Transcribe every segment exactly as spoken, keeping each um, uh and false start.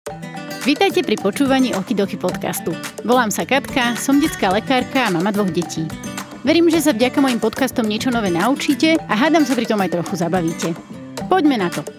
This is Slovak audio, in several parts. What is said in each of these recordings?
Vítajte pri počúvaní Okidoki podcastu. Volám sa Katka, som detská lekárka a mama dvoch detí. Verím, že sa vďaka mojim podcastom niečo nové naučíte a hádam sa pri tom aj trochu zabavíte. Poďme na to.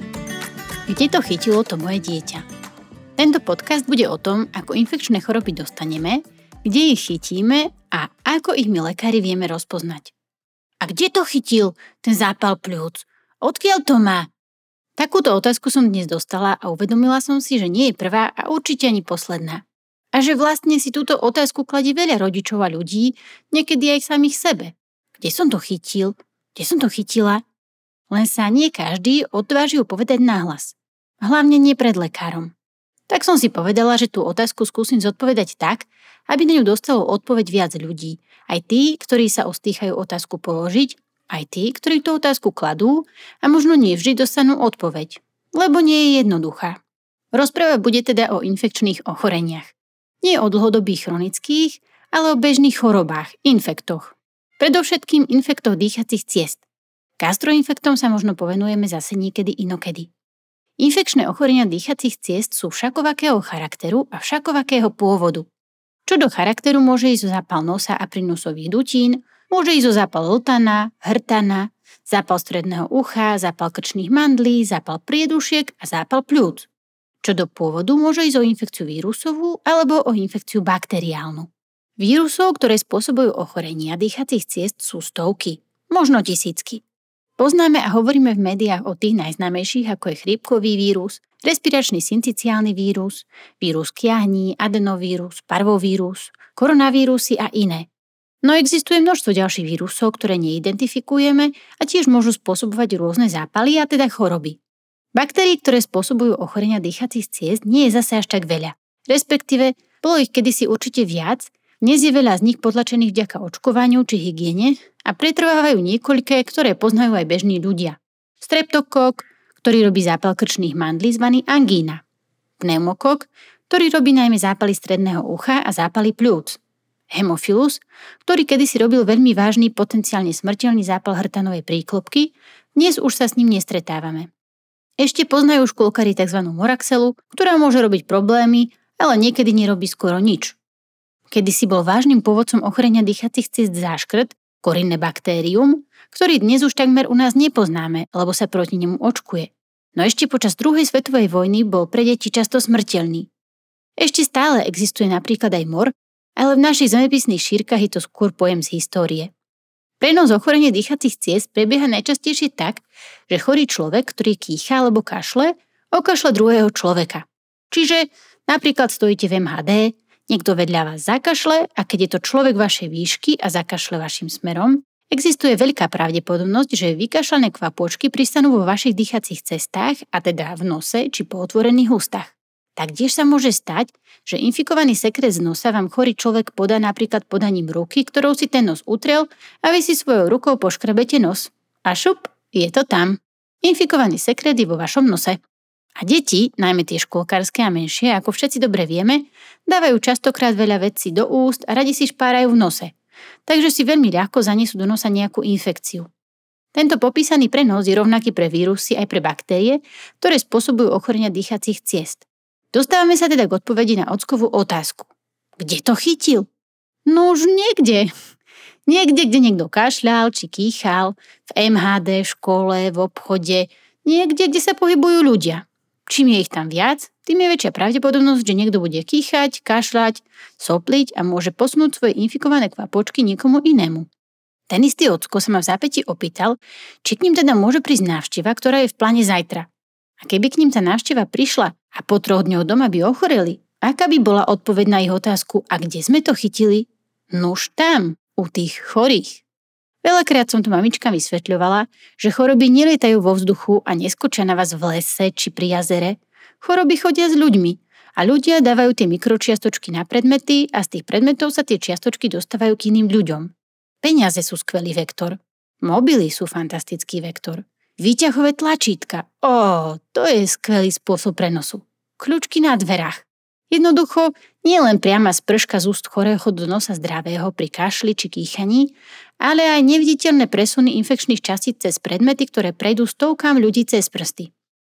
Kde to chytilo to moje dieťa? Tento podcast bude o tom, ako infekčné choroby dostaneme, kde ich chytíme a ako ich my lekári vieme rozpoznať. A kde to chytil ten zápal pľúc? Odkiaľ to má? Takúto otázku som dnes dostala a uvedomila som si, že nie je prvá a určite ani posledná. A že vlastne si túto otázku kladie veľa rodičov a ľudí, niekedy aj samých sebe. Kde som to chytil? Kde som to chytila? Len sa nie každý odváži ju povedať nahlas. Hlavne nie pred lekárom. Tak som si povedala, že tú otázku skúsim zodpovedať tak, aby na ňu dostalo odpoveď viac ľudí. Aj tí, ktorí sa ostýchajú otázku položiť, aj tí, ktorí tú otázku kladú a možno nie vždy dostanú odpoveď, lebo nie je jednoduchá. Rozpráva bude teda o infekčných ochoreniach. Nie o dlhodobých chronických, ale o bežných chorobách, infektoch. Predovšetkým infektoch dýchacích ciest. Gastroinfektom sa možno povenujeme zase niekedy inokedy. Infekčné ochorenia dýchacích ciest sú všakovakého charakteru a všakovakého pôvodu. Čo do charakteru môže ísť o zápal nosa a prinusových dutín, môže ísť o zápal hltana, hrtana, zápal stredného ucha, zápal krčných mandlí, zápal priedušiek a zápal pľúc. Čo do pôvodu môže ísť o infekciu vírusovú alebo o infekciu bakteriálnu. Vírusov, ktoré spôsobujú ochorenia dýchacích ciest, sú stovky, možno tisícky. Poznáme a hovoríme v médiách o tých najznámejších, ako je chrípkový vírus, respiračný synciciálny vírus, vírus kiahní, adenovírus, parvovírus, koronavírusy a iné. No existuje množstvo ďalších vírusov, ktoré neidentifikujeme a tiež môžu spôsobovať rôzne zápaly a teda choroby. Baktérií, ktoré spôsobujú ochorenia dýchacích ciest, nie je zase až tak veľa. Respektíve, bolo ich kedysi určite viac, dnes je veľa z nich potlačených vďaka očkovaniu či hygiene a pretrvávajú niekoľké, ktoré poznajú aj bežní ľudia. Streptokok, ktorý robí zápal krčných mandlí zvaný angína. Pneumokok, ktorý robí najmä zápaly stredného ucha a zápaly pľúc. Hemophilus, ktorý kedysi robil veľmi vážny, potenciálne smrteľný zápal hrtanovej príklopky, dnes už sa s ním nestretávame. Ešte poznajú škôlkari tzv. Moraxelu, ktorá môže robiť problémy, ale niekedy nerobí skoro nič. Kedysi bol vážnym pôvodcom ochorenia dýchacích ciest záškrt, Corynebacterium, ktorý dnes už takmer u nás nepoznáme, lebo sa proti nemu očkuje. No ešte počas druhej svetovej vojny bol pre deti často smrteľný. Ešte stále existuje napríklad aj mor, ale v našich zemepisných šírkach je to skôr pojem z histórie. Prenos ochorenia dýchacích ciest prebieha najčastejšie tak, že chorý človek, ktorý kýcha alebo kašle, okašle druhého človeka. Čiže napríklad stojíte v em há dé, niekto vedľa vás zakašle a keď je to človek vašej výšky a zakašle vašim smerom, existuje veľká pravdepodobnosť, že vykašľané kvapôčky pristanú vo vašich dýchacích cestách a teda v nose či po otvorených ústach. Taktiež sa môže stať, že infikovaný sekret z nosa vám chorý človek podá napríklad podaním ruky, ktorou si ten nos utrel a vy si svojou rukou poškrebete nos. A šup, je to tam. Infikovaný sekret je vo vašom nose. A deti, najmä tie škôlkarské a menšie, ako všetci dobre vieme, dávajú častokrát veľa vecí do úst a radi si špárajú v nose. Takže si veľmi ľahko zanesú do nosa nejakú infekciu. Tento popísaný prenos je rovnaký pre vírusy aj pre baktérie, ktoré spôsobujú ochorenia dýchacích ciest. Dostávame sa teda k odpovedi na ockovú otázku. Kde to chytil? No už niekde. Niekde, kde niekto kašľal či kýchal, v em há dé, v škole, v obchode, niekde, kde sa pohybujú ľudia. Čím je ich tam viac, tým je väčšia pravdepodobnosť, že niekto bude kýchať, kašľať, sopliť a môže posunúť svoje infikované kvapôčky niekomu inému. Ten istý ocko sa ma v zápätí opýtal, či k ním teda môže prísť návšteva, ktorá je v pláne zajtra. A keby k ním tá návšteva prišla a po troch dňoch doma by ochoreli, aká by bola odpoveď na ich otázku a kde sme to chytili? Nuž tam, u tých chorých. Veľakrát som tu mamičkám vysvetľovala, že choroby nelietajú vo vzduchu a neskočia na vás v lese či pri jazere. Choroby chodia s ľuďmi a ľudia dávajú tie mikročiastočky na predmety a z tých predmetov sa tie čiastočky dostávajú k iným ľuďom. Peniaze sú skvelý vektor. Mobily sú fantastický vektor. Výťahové tlačítka. Ó, to je skvelý spôsob prenosu. Kľúčky na dverách. Jednoducho, nie len priama sprška z úst chorého do nosa zdravého pri kašli či kýchaní, ale aj neviditeľné presuny infekčných častíc cez predmety, ktoré prejdú stovkám ľudí cez prsty.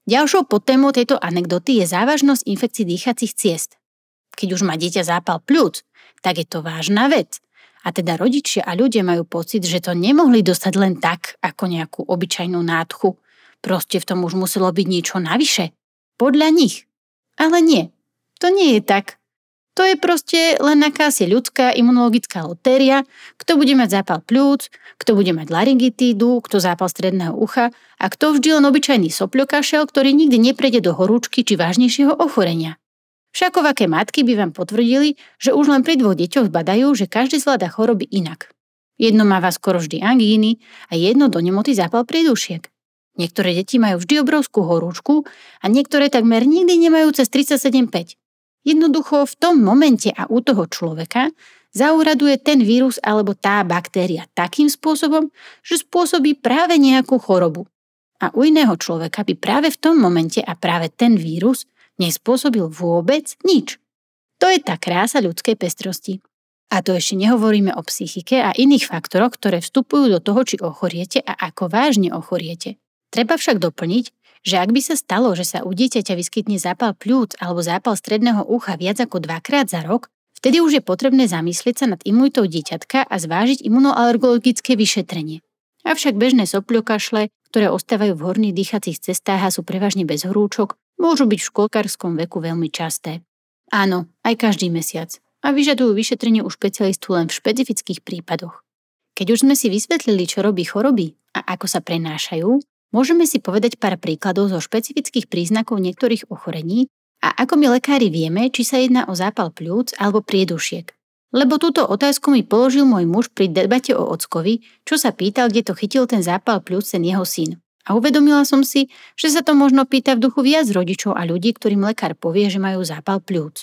Ďalšou podtémou tejto anekdoty je závažnosť infekcií dýchacích ciest. Keď už má dieťa zápal pľúc, tak je to vážna vec. A teda rodičia a ľudia majú pocit, že to nemohli dostať len tak, ako nejakú obyčajnú nádchu. Proste v tom už muselo byť niečo navyše. Podľa nich. Ale nie. To nie je tak. To je proste len akási ľudská imunologická lotéria, kto bude mať zápal pľúc, kto bude mať laryngitídu, kto zápal stredného ucha a kto vždy len obyčajný sopľokašel, ktorý nikdy neprejde do horúčky či vážnejšieho ochorenia. Všakovaké matky by vám potvrdili, že už len pri dvoch deťoch badajú, že každý zvláda choroby inak. Jedno máva skoro vždy angíny a jedno do nemoty zápal priedušiek. Niektoré deti majú vždy obrovskú horúčku a niektoré takmer nikdy nemajú cez tridsaťsedem päť. Jednoducho v tom momente a u toho človeka zauraduje ten vírus alebo tá baktéria takým spôsobom, že spôsobí práve nejakú chorobu. A u iného človeka by práve v tom momente a práve ten vírus nespôsobil vôbec nič. To je tá krása ľudskej pestrosti. A to ešte nehovoríme o psychike a iných faktoroch, ktoré vstupujú do toho, či ochoriete a ako vážne ochoriete. Treba však doplniť, že ak by sa stalo, že sa u dieťaťa vyskytne zápal pľúc alebo zápal stredného ucha viac ako dvakrát za rok, vtedy už je potrebné zamyslieť sa nad imunitou dieťatka a zvážiť imunoalergologické vyšetrenie. Avšak bežné sopľokašle, ktoré ostávajú v horných dýchacích cestách a sú prevažne bez horúčok, môžu byť v škôlkarskom veku veľmi časté. Áno, aj každý mesiac. A vyžadujú vyšetrenie u špecialistu len v špecifických prípadoch. Keď už sme si vysvetlili, čo robí choroby a ako sa prenášajú, môžeme si povedať pár príkladov zo špecifických príznakov niektorých ochorení a ako my lekári vieme, či sa jedná o zápal pľúc alebo priedušiek. Lebo túto otázku mi položil môj muž pri debate o ockovi, čo sa pýtal, kde to chytil ten zápal pľúc ten jeho syn. A uvedomila som si, že sa to možno pýta v duchu viac rodičov a ľudí, ktorým lekár povie, že majú zápal pľúc.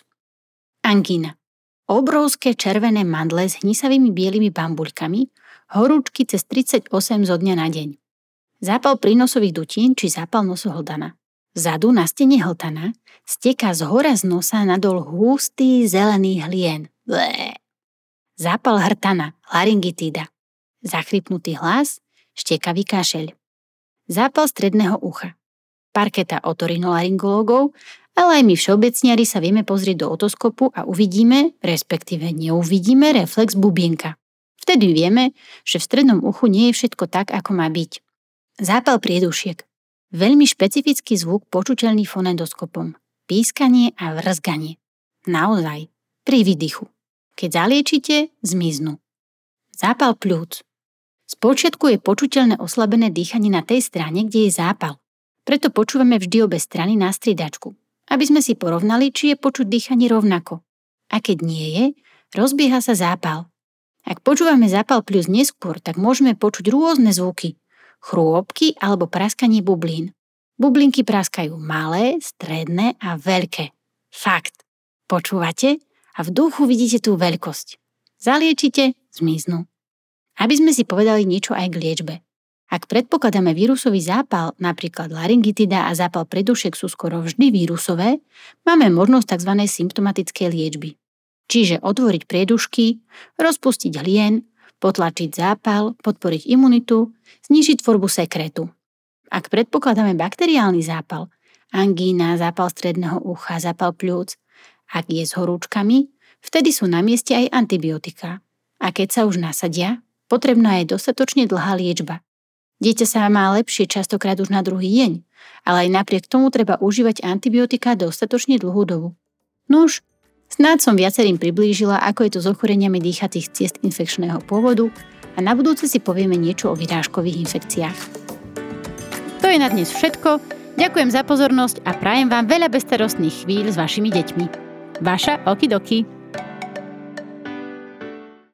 Angína. Obrovské červené mandle s hnisavými bielými bambuľkami, horúčky cez tridsaťosem zo dňa na deň. Zápal prínosových dutín či zápal nosohltana. Vzadu na stene hltana steká z hora z nosa nadol hustý zelený hlien. Blé. Zápal hrtana, laryngitída. Zachrypnutý hlas, štekavý kašeľ. Zápal stredného ucha. Parketa otorinolaryngológov, ale aj my všeobecniari sa vieme pozrieť do otoskopu a uvidíme, respektíve neuvidíme reflex bubienka. Vtedy vieme, že v strednom uchu nie je všetko tak, ako má byť. Zápal priedušiek. Veľmi špecifický zvuk počuteľný fonendoskopom. Pískanie a vrzganie. Naozaj. Pri výdychu. Keď zaliečite, zmiznú. Zápal pľúc. Spočiatku je počuteľné oslabené dýchanie na tej strane, kde je zápal. Preto počúvame vždy obe strany na striedačku, aby sme si porovnali, či je počuť dýchanie rovnako. A keď nie je, rozbieha sa zápal. Ak počúvame zápal pľúc neskôr, tak môžeme počuť rôzne zvuky. Chrôpky alebo praskanie bublín. Bublinky praskajú malé, stredné a veľké. Fakt. Počúvate? A v duchu vidíte tú veľkosť. Zaliečite, zmiznú. Aby sme si povedali niečo aj k liečbe. Ak predpokladáme vírusový zápal, napríklad laryngitida a zápal priedušiek sú skoro vždy vírusové, máme možnosť tzv. Symptomatickej liečby. Čiže otvoriť priedušky, rozpustiť hlien, potlačiť zápal, podporiť imunitu, znížiť tvorbu sekrétu. Ak predpokladáme bakteriálny zápal, angína, zápal stredného ucha, zápal pľúc, ak je s horúčkami, vtedy sú na mieste aj antibiotika. A keď sa už nasadia, potrebná je dostatočne dlhá liečba. Dieťa sa má lepšie častokrát už na druhý deň, ale aj napriek tomu treba užívať antibiotika dostatočne dlhú dobu. Nuž, snáď som viacerým priblížila, ako je to s ochoreniami dýchacích ciest infekčného pôvodu a na budúce si povieme niečo o vyrážkových infekciách. To je na dnes všetko, ďakujem za pozornosť a prajem vám veľa bezstarostných chvíľ s vašimi deťmi. Vaša Okidoki.